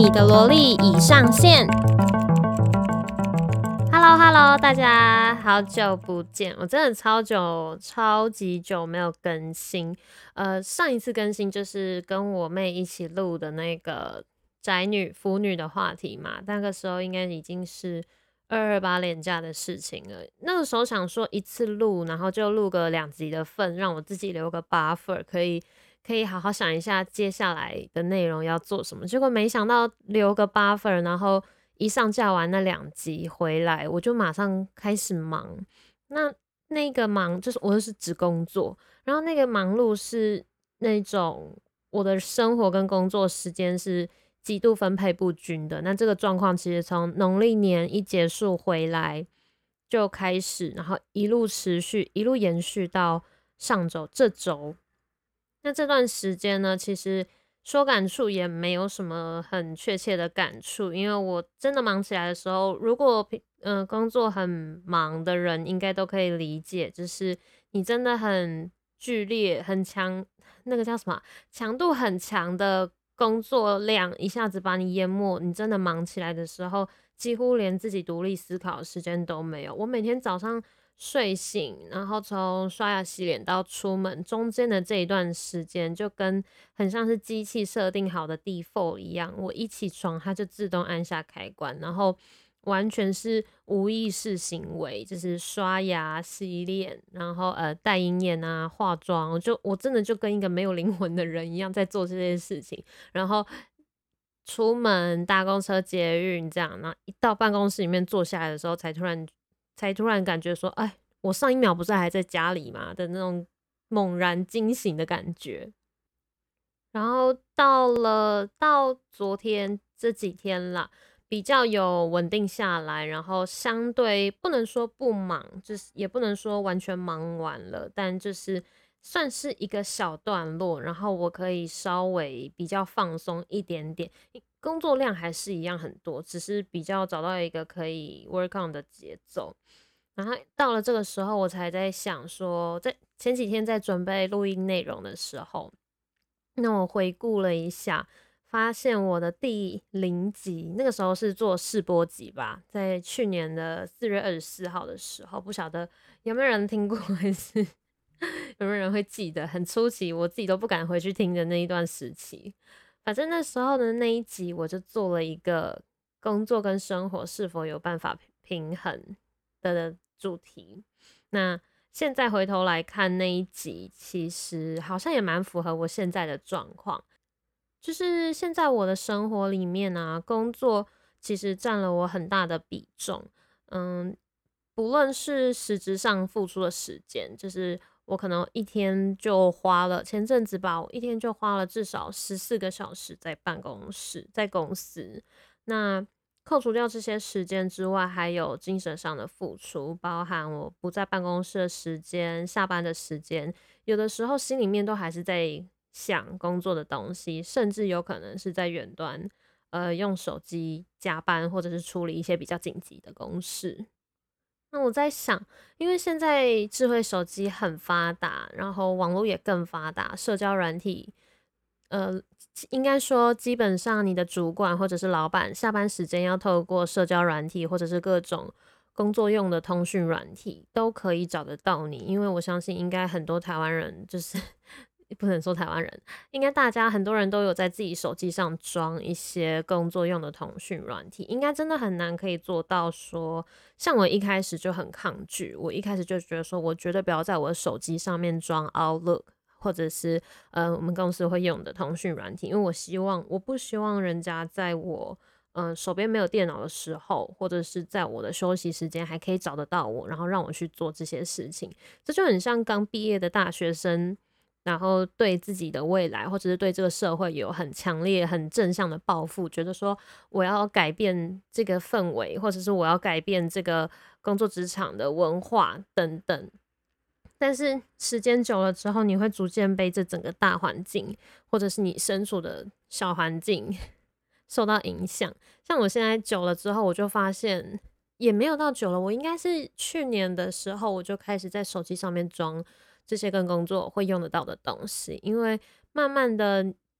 你的萝莉已上线。Hello， 大家好久不见，我真的超级久没有更新。上一次更新就是跟我妹一起录的那个宅女腐女的话题嘛，那个时候应该已经是228连假的事情了。那个时候想说一次录，然后就录个2集的份，让我自己留个 buffer，可以好好想一下接下来的内容要做什么。结果没想到留个 buffer，然后一上架完那2集回来，我就马上开始忙。那个忙就是我就是指工作，然后那个忙碌是那种我的生活跟工作时间是极度分配不均的。那这个状况其实从农历年一结束回来就开始，然后一路持续，一路延续到上周这周。那这段时间呢，其实说感触也没有什么很确切的感触，因为我真的忙起来的时候，如果工作很忙的人应该都可以理解，就是你真的很剧烈、很强，那个叫什么强度很强的工作量一下子把你淹没，你真的忙起来的时候，几乎连自己独立思考的时间都没有。我每天早上睡醒，然后从刷牙洗脸到出门中间的这一段时间，就跟很像是机器设定好的 default 一样，我一起床它就自动按下开关，然后完全是无意识行为，就是刷牙洗脸，然后戴隐眼啊化妆，我真的就跟一个没有灵魂的人一样在做这些事情，然后出门搭公车捷运这样，然后一到办公室里面坐下来的时候，才突然感觉说，哎，我上一秒不是还在家里嘛的那种猛然惊醒的感觉。然后到昨天这几天啦，比较有稳定下来，然后相对不能说不忙，就是也不能说完全忙完了，但就是算是一个小段落，然后我可以稍微比较放松一点点。工作量还是一样很多，只是比较找到一个可以 work on 的节奏。然后到了这个时候，我才在想说，在前几天在准备录音内容的时候，那我回顾了一下，发现我的第0集，那个时候是做试播集吧，在去年的4月24号的时候，不晓得有没有人听过，还是有没有人会记得？很初期，我自己都不敢回去听的那一段时期。反正那时候的那一集，我就做了一个工作跟生活是否有办法平衡的主题。那现在回头来看那一集，其实好像也蛮符合我现在的状况。就是现在我的生活里面啊，工作其实占了我很大的比重。嗯，不论是实质上付出的时间，就是我可能一天就花了，前阵子吧，我一天就花了至少14个小时在办公室，在公司。那扣除掉这些时间之外，还有精神上的付出，包含我不在办公室的时间、下班的时间，有的时候心里面都还是在想工作的东西，甚至有可能是在远端，用手机加班，或者是处理一些比较紧急的公事。那我在想，因为现在智慧手机很发达，然后网络也更发达，社交软体，呃，应该说基本上你的主管或者是老板下班时间要透过社交软体或者是各种工作用的通讯软体都可以找得到你，因为我相信应该很多台湾人就是不能说台湾人，应该大家很多人都有在自己手机上装一些工作用的通讯软体，应该真的很难可以做到说，像我一开始就很抗拒，我一开始就觉得说我绝对不要在我的手机上面装 Outlook。或者是我们公司会用的通讯软体，因为我不希望人家在我手边没有电脑的时候，或者是在我的休息时间还可以找得到我，然后让我去做这些事情。这就很像刚毕业的大学生，然后对自己的未来或者是对这个社会有很强烈、很正向的抱负，觉得说我要改变这个氛围，或者是我要改变这个工作职场的文化等等。但是时间久了之后，你会逐渐被这整个大环境，或者是你身处的小环境受到影响。像我现在久了之后，我就发现也没有到久了，我应该是去年的时候我就开始在手机上面装这些跟工作会用得到的东西，因为慢慢的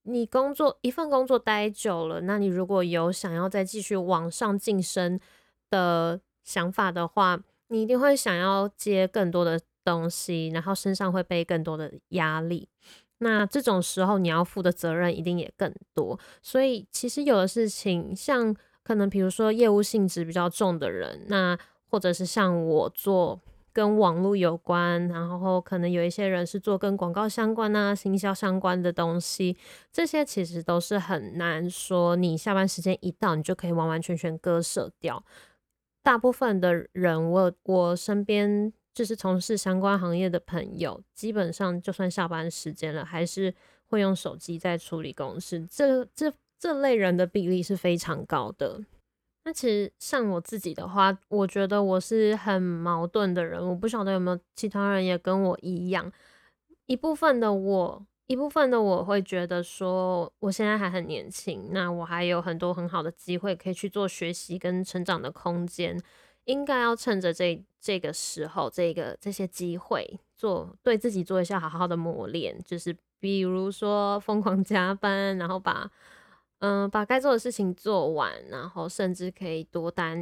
你一份工作待久了，那你如果有想要再继续往上晋升的想法的话，你一定会想要接更多的东西，然后身上会背更多的压力。那这种时候你要负的责任一定也更多。所以其实有的事情，像可能比如说业务性质比较重的人，那或者是像我做跟网络有关，然后可能有一些人是做跟广告相关啊、行销相关的东西，这些其实都是很难说你下班时间一到，你就可以完完全全割舍掉。大部分的人，我身边就是从事相关行业的朋友，基本上就算下班时间了，还是会用手机在处理公事。这类人的比例是非常高的。那其实像我自己的话，我觉得我是很矛盾的人，我不晓得有没有其他人也跟我一样。一部分的我会觉得说，我现在还很年轻，那我还有很多很好的机会可以去做学习跟成长的空间，应该要趁着这个时候，这些机会对自己做一下好好的磨练，就是比如说疯狂加班，然后把该做的事情做完，然后甚至可以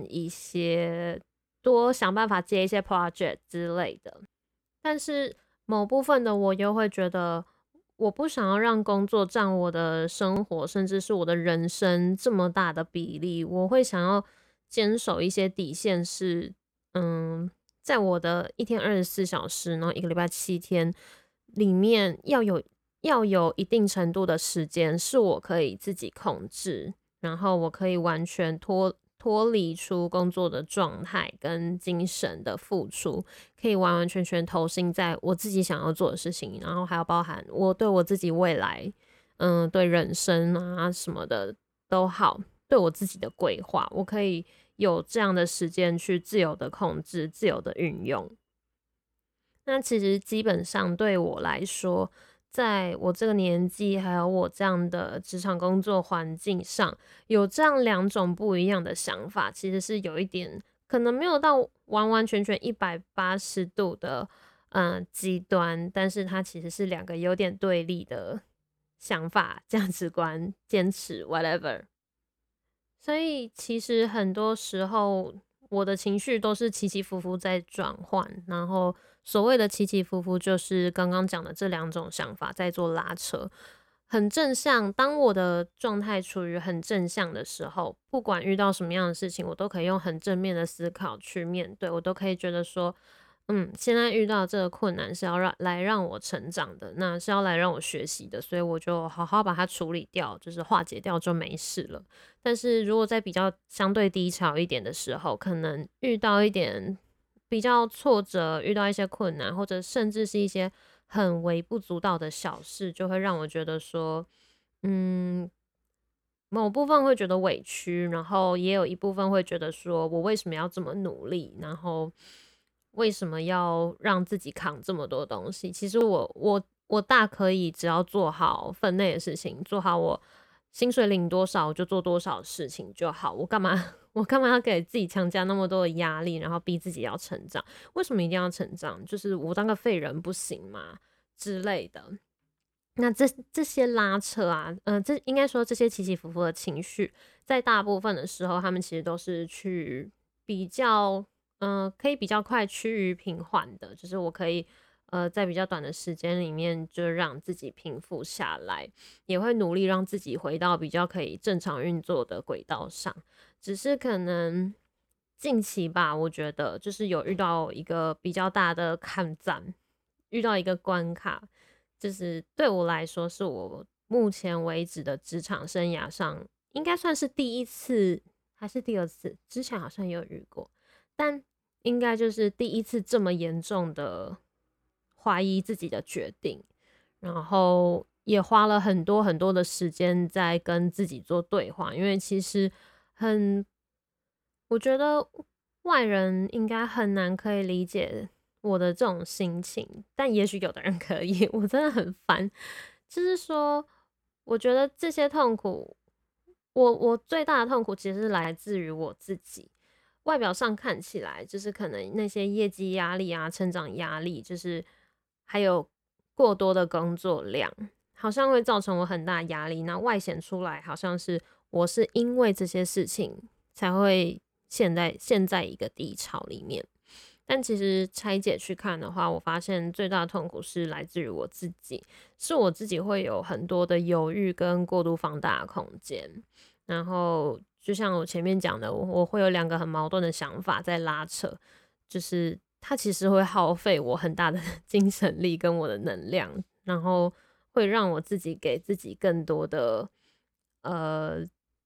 多想办法接一些 project 之类的。但是某部分的我又会觉得，我不想要让工作占我的生活，甚至是我的人生这么大的比例。我会想要坚守一些底线是，嗯，在我的一天24小时，然后一个礼拜7天里面要有一定程度的时间是我可以自己控制，然后我可以完全脱离出工作的状态跟精神的付出，可以完完全全投身在我自己想要做的事情，然后还有包含我对我自己未来，对人生啊什么的都好，对我自己的规划，我可以有这样的时间去自由的控制、自由的运用。那其实基本上对我来说，在我这个年纪，还有我这样的职场工作环境上，有这样两种不一样的想法，其实是有一点可能没有到完完全全180度的极端，但是它其实是两个有点对立的想法、价值观、坚持 whatever。所以其实很多时候，我的情绪都是起起伏伏在转换，然后所谓的起起伏伏，就是刚刚讲的这两种想法在做拉扯。很正向，当我的状态处于很正向的时候，不管遇到什么样的事情，我都可以用很正面的思考去面对，我都可以觉得说，现在遇到这个困难是要让我成长的，那是要来让我学习的，所以我就好好把它处理掉，就是化解掉就没事了。但是如果在比较相对低潮一点的时候，可能遇到一点比较挫折，遇到一些困难，或者甚至是一些很微不足道的小事，就会让我觉得说，嗯，某部分会觉得委屈，然后也有一部分会觉得说我为什么要这么努力，然后为什么要让自己扛这么多东西？其实我大可以只要做好分内的事情，做好我薪水领多少我就做多少事情就好。我干嘛我干嘛要给自己强加那么多的压力，然后逼自己要成长？为什么一定要成长？就是我当个废人不行吗？之类的。那这些拉扯啊，这应该说这些起起伏伏的情绪，在大部分的时候，他们其实都是比较，可以比较快趋于平缓的，就是我可以，在比较短的时间里面就让自己平复下来，也会努力让自己回到比较可以正常运作的轨道上。只是可能近期吧，我觉得就是有遇到一个比较大的坎站，遇到一个关卡。就是对我来说，是我目前为止的职场生涯上，应该算是第一次还是第二次，之前好像也有遇过，但应该就是第一次这么严重的怀疑自己的决定，然后也花了很多很多的时间在跟自己做对话，因为其实很我觉得外人应该很难可以理解我的这种心情，但也许有的人可以。我真的很烦，就是说，我觉得这些痛苦，我最大的痛苦其实是来自于我自己。外表上看起来就是可能那些业绩压力啊、成长压力，就是还有过多的工作量， 好像会造成我很大压力，那外显出来好像是我是因为这些事情才会陷在一个低潮里面。但其实拆解去看的话，我发现最大的痛苦是来自于我自己，是我自己会有很多的犹豫跟过度放大的空间。然后就像我前面讲的，我会有两个很矛盾的想法在拉扯，就是它其实会耗费我很大的精神力跟我的能量，然后会让我自己给自己更多的呃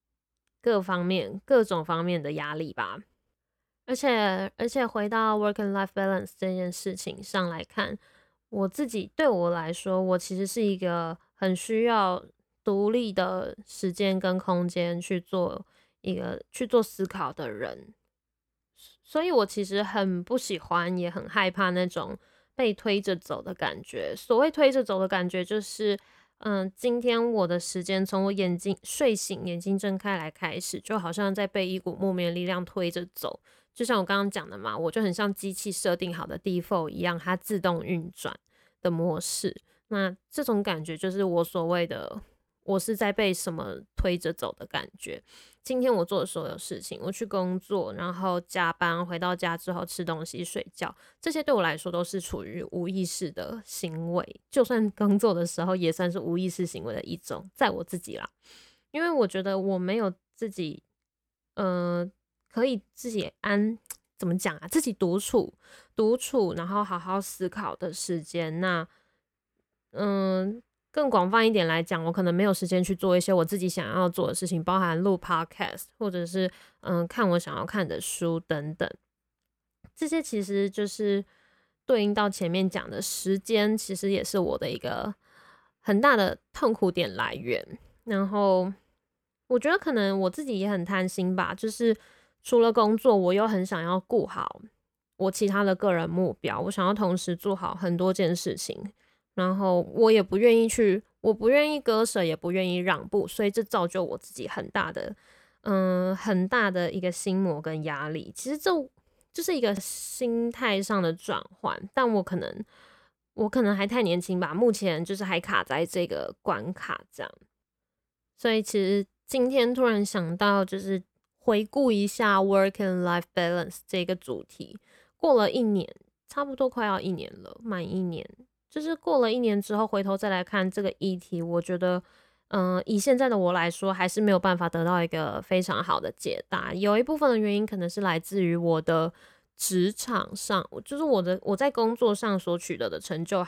各种方面的压力吧。而且回到 work and life balance 这件事情上来看，对我来说，我其实是一个很需要独立的时间跟空间去做思考的人，所以我其实很不喜欢，也很害怕那种被推着走的感觉。所谓推着走的感觉，就是今天我的时间从我睡醒、眼睛睁开来开始，就好像在被一股莫名的力量推着走。就像我刚刚讲的嘛，我就很像机器设定好的 default 一样，它自动运转的模式。那这种感觉就是我所谓的，我是在被什么推着走的感觉。今天我做的所有事情，我去工作，然后加班，回到家之后吃东西、睡觉，这些对我来说都是处于无意识的行为。就算工作的时候，也算是无意识行为的一种，在我自己啦，因为我觉得我没有自己，可以自己怎么讲啊？自己独处，然后好好思考的时间。那，嗯，更广泛一点来讲，我可能没有时间去做一些我自己想要做的事情，包含录 podcast，或者是看我想要看的书等等。这些其实就是对应到前面讲的时间，其实也是我的一个很大的痛苦点来源。然后我觉得可能我自己也很贪心吧，就是除了工作，我又很想要顾好我其他的个人目标，我想要同时做好很多件事情，然后我不愿意割舍，也不愿意让步，所以这造就我自己很大的一个心魔跟压力。其实这就是一个心态上的转换，但我可能还太年轻吧，目前就是还卡在这个关卡这样。所以其实今天突然想到，就是回顾一下 work and life balance 这个主题，过了一年，差不多快要一年了，满一年。就是过了一年之后，回头再来看这个议题，我觉得，以现在的我来说，还是没有办法得到一个非常好的解答。有一部分的原因可能是来自于我的职场上，就是我在工作上所取得的成就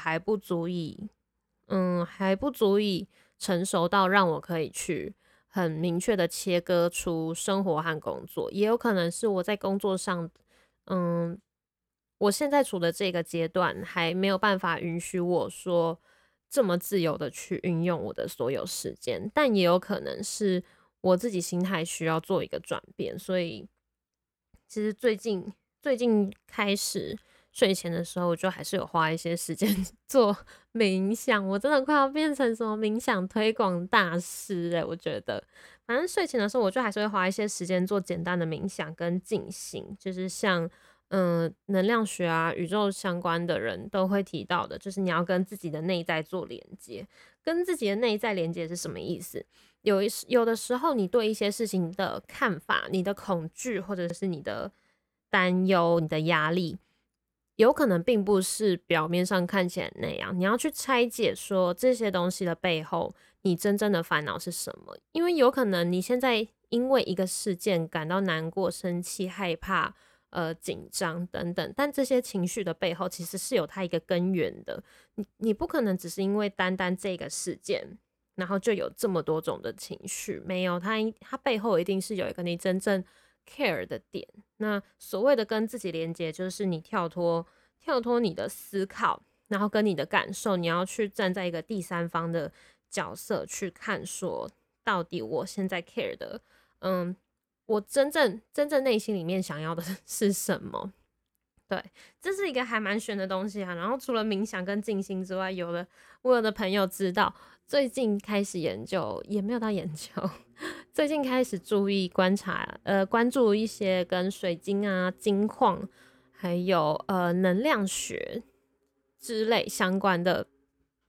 还不足以成熟到让我可以去很明确的切割出生活和工作，也有可能是我在工作上，嗯，我现在处的这个阶段还没有办法允许我说这么自由的去运用我的所有时间，但也有可能是我自己心态需要做一个转变，所以其实最近开始睡前的时候，我就还是有花一些时间做冥想。我真的快要变成什么冥想推广大师我觉得，反正睡前的时候，我就还是会花一些时间做简单的冥想跟静心，就是像能量学啊、宇宙相关的人都会提到的，就是你要跟自己的内在做连接。跟自己的内在连接是什么意思？有的时候，你对一些事情的看法、你的恐惧，或者是你的担忧、你的压力，有可能并不是表面上看起来那样。你要去拆解说这些东西的背后，你真正的烦恼是什么？因为有可能你现在因为一个事件感到难过、生气、害怕、紧张等等，但这些情绪的背后其实是有它一个根源的。你不可能只是因为单单这个事件，然后就有这么多种的情绪，没有，它背后一定是有一个你真正 care 的点。那所谓的跟自己连接，就是你跳脱你的思考，然后跟你的感受，你要去站在一个第三方的角色去看，说到底我现在 care 的，我真正内心里面想要的是什么？对，这是一个还蛮玄的东西啊。然后除了冥想跟静心之外，我有的朋友知道，最近开始研究，也没有到研究，最近开始注意观察，关注一些跟水晶啊、金矿，还有能量学之类相关的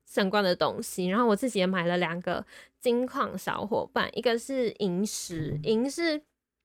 相关的东西。然后我自己也买了2个金矿小伙伴，一个是萤石，萤是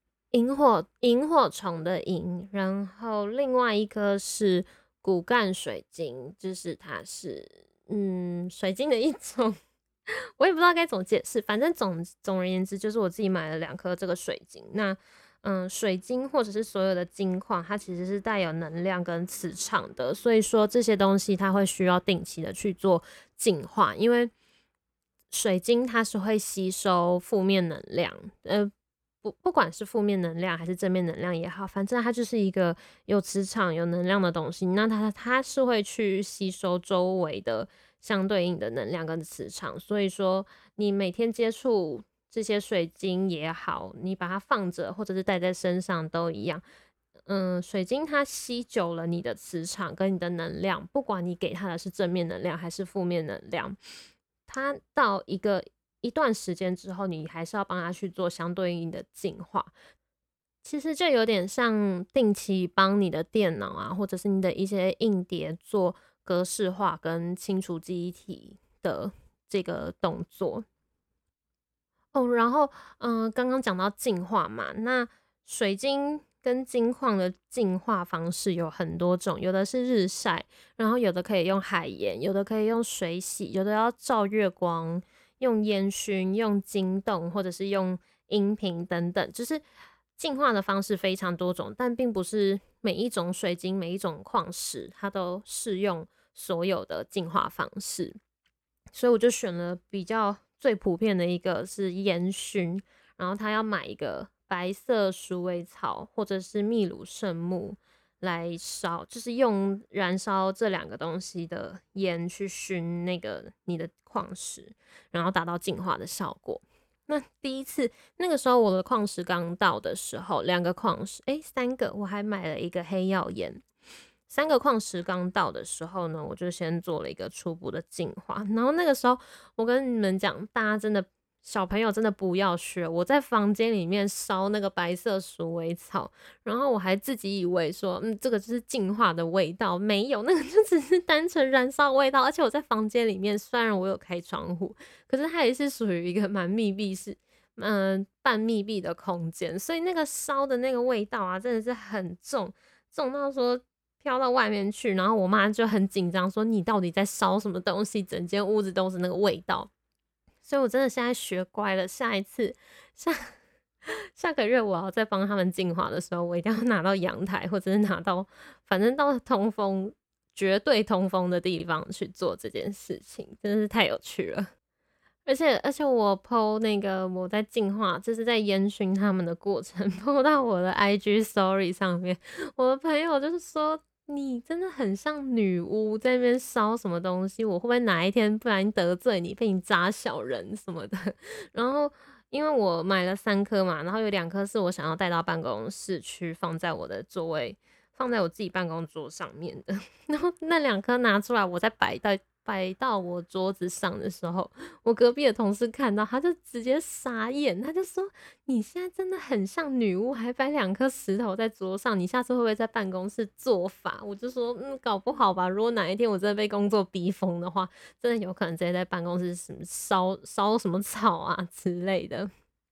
萤火虫的萤，然后另外一颗是骨干水晶，就是它是水晶的一种。我也不知道该怎么解释，反正总而言之，就是我自己买了2颗这个水晶。那水晶或者是所有的金矿，它其实是带有能量跟磁场的，所以说这些东西它会需要定期的去做净化，因为水晶它是会吸收负面能量，不管是负面能量还是正面能量也好，反正它就是一个有磁场、有能量的东西。那它是会去吸收周围的相对应的能量跟磁场，所以说你每天接触这些水晶也好，你把它放着或者是戴在身上都一样。水晶它吸久了你的磁场跟你的能量，不管你给它的是正面能量还是负面能量，它到一段时间之后，你还是要帮它去做相对应的净化。其实就有点像定期帮你的电脑啊，或者是你的一些硬碟做格式化跟清除记忆体的这个动作。然后刚刚讲到净化嘛，那水晶跟金矿的净化方式有很多种，有的是日晒，然后有的可以用海盐，有的可以用水洗，有的要照月光，用烟熏，用晶冻，或者是用音频等等，就是净化的方式非常多种，但并不是每一种水晶、每一种矿石它都适用所有的净化方式。所以我就选了比较最普遍的一个是烟熏，然后他要买一个白色鼠尾草或者是秘鲁圣木来烧，就是用燃烧这2个东西的烟去熏那个你的矿石，然后达到净化的效果。那第一次那个时候我的矿石刚到的时候，2个矿石3个，我还买了一个黑曜岩。3个矿石刚到的时候呢，我就先做了一个初步的净化。然后那个时候，我跟你们讲，大家真的小朋友真的不要学。我在房间里面烧那个白色鼠尾草，然后我还自己以为说，这个就是净化的味道，没有，那个就只是单纯燃烧味道。而且我在房间里面，虽然我有开窗户，可是它也是属于一个蛮密闭式。半密闭的空间，所以那个烧的那个味道啊，真的是很重，重到说飘到外面去，然后我妈就很紧张，说你到底在烧什么东西？整间屋子都是那个味道。所以我真的现在学乖了，下一次下个月我要再帮他们净化的时候，我一定要拿到阳台，或者是拿到反正到绝对通风的地方去做这件事情，真的是太有趣了。而且我 po 那个我在净化，就是在烟熏他们的过程po 到我的 IG story 上面，我的朋友就是说你真的很像女巫在那边烧什么东西，我会不会哪一天不然得罪你，被你扎小人什么的？然后因为我买了3颗嘛，然后有2颗是我想要带到办公室去放在我的座位，放在我自己办公桌上面的，然后那2颗拿出来，我再摆到我桌子上的时候，我隔壁的同事看到，他就直接傻眼，他就说：“你现在真的很像女巫，还摆2颗石头在桌上，你下次会不会在办公室做法？”我就说：搞不好吧。如果哪一天我真的被工作逼疯的话，真的有可能直接在办公室什么烧什么草啊之类的。”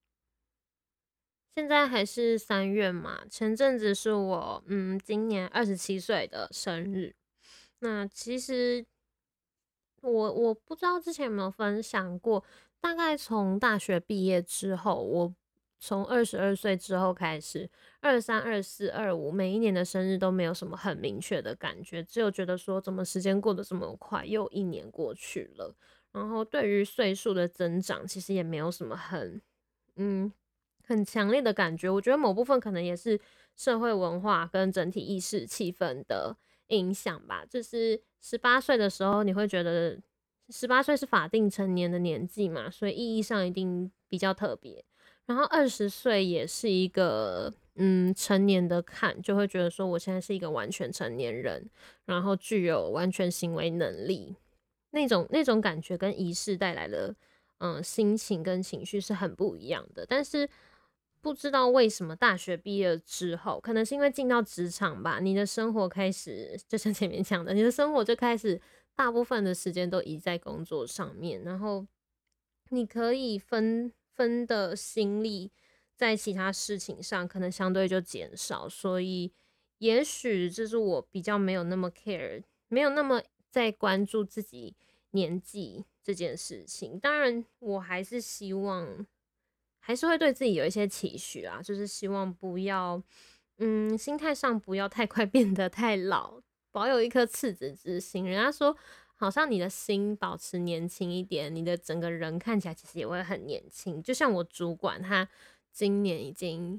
现在还是3月嘛，前阵子是我今年27岁的生日。那其实我不知道之前有没有分享过，大概从大学毕业之后，我从22岁之后开始，23、24、25，每一年的生日都没有什么很明确的感觉，只有觉得说怎么时间过得这么快，又1年过去了。然后对于岁数的增长，其实也没有什么嗯很强烈的感觉。我觉得某部分可能也是社会文化跟整体意识气氛的影响吧。就是18岁的时候，你会觉得18岁是法定成年的年纪嘛，所以意义上一定比较特别。然后20岁也是一个成年的坎，就会觉得说我现在是一个完全成年人，然后具有完全行为能力，那种感觉跟仪式带来的心情跟情绪是很不一样的。但是不知道为什么大学毕业之后，可能是因为进到职场吧，你的生活开始就像前面讲的，你的生活就开始大部分的时间都移在工作上面，然后你可以分的心力在其他事情上，可能相对就减少，所以也许这是我比较没有那么 care，没有那么在关注自己年纪这件事情。当然，我还是希望，还是会对自己有一些期许啊，就是希望不要，心态上不要太快变得太老，保有一颗赤子之心。人家说，好像你的心保持年轻一点，你的整个人看起来其实也会很年轻。就像我主管，他今年已经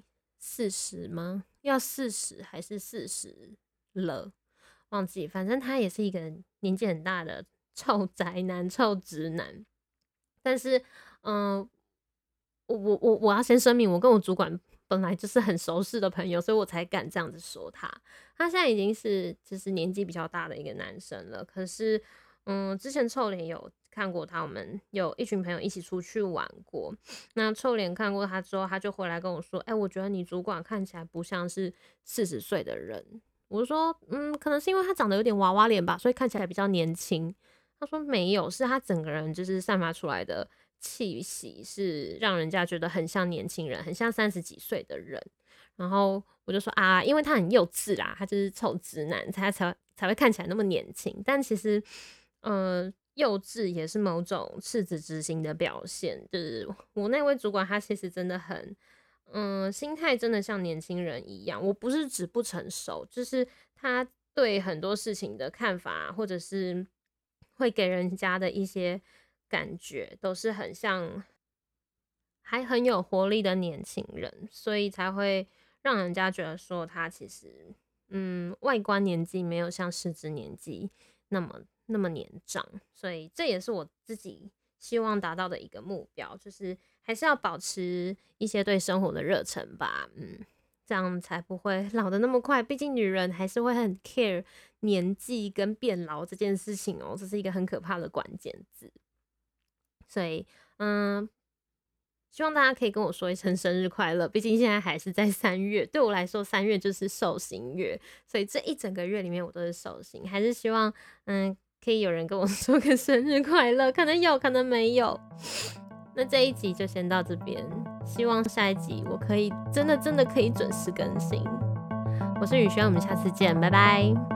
40吗？要40还是40了？忘记，反正他也是一个年纪很大的臭宅男、臭直男。但是，嗯、我要先声明，我跟我主管本来就是很熟识的朋友，所以我才敢这样子说他。他现在已经是就是年纪比较大的一个男生了，可是，之前臭脸有看过他，我们有一群朋友一起出去玩过。那臭脸看过他之后，他就回来跟我说：“哎、我觉得你主管看起来不像是40岁的人。”我就说：可能是因为他长得有点娃娃脸吧，所以看起来比较年轻。”他说：“没有，是他整个人就是散发出来的气息是让人家觉得很像年轻人，很像30几岁的人。”然后我就说啊，因为他很幼稚啦，他就是臭直男，才会看起来那么年轻。但其实，幼稚也是某种赤子之心的表现。就是我那位主管，他其实真的很，心态真的像年轻人一样。我不是指不成熟，就是他对很多事情的看法，或者是会给人家的一些感觉，都是很像还很有活力的年轻人，所以才会让人家觉得说他其实，外观年纪没有像实质年纪那么年长，所以这也是我自己希望达到的一个目标，就是还是要保持一些对生活的热忱吧，这样才不会老的那么快。毕竟女人还是会很 care 年纪跟变老这件事情哦，这是一个很可怕的关键字。所以，希望大家可以跟我说一声生日快乐。毕竟现在还是在3月，对我来说3月就是寿星月，所以这一整个月里面我都是寿星。还是希望，可以有人跟我说个生日快乐，可能有，可能没有。那这一集就先到这边，希望下一集我可以真的可以准时更新。我是宇轩，我们下次见，拜拜。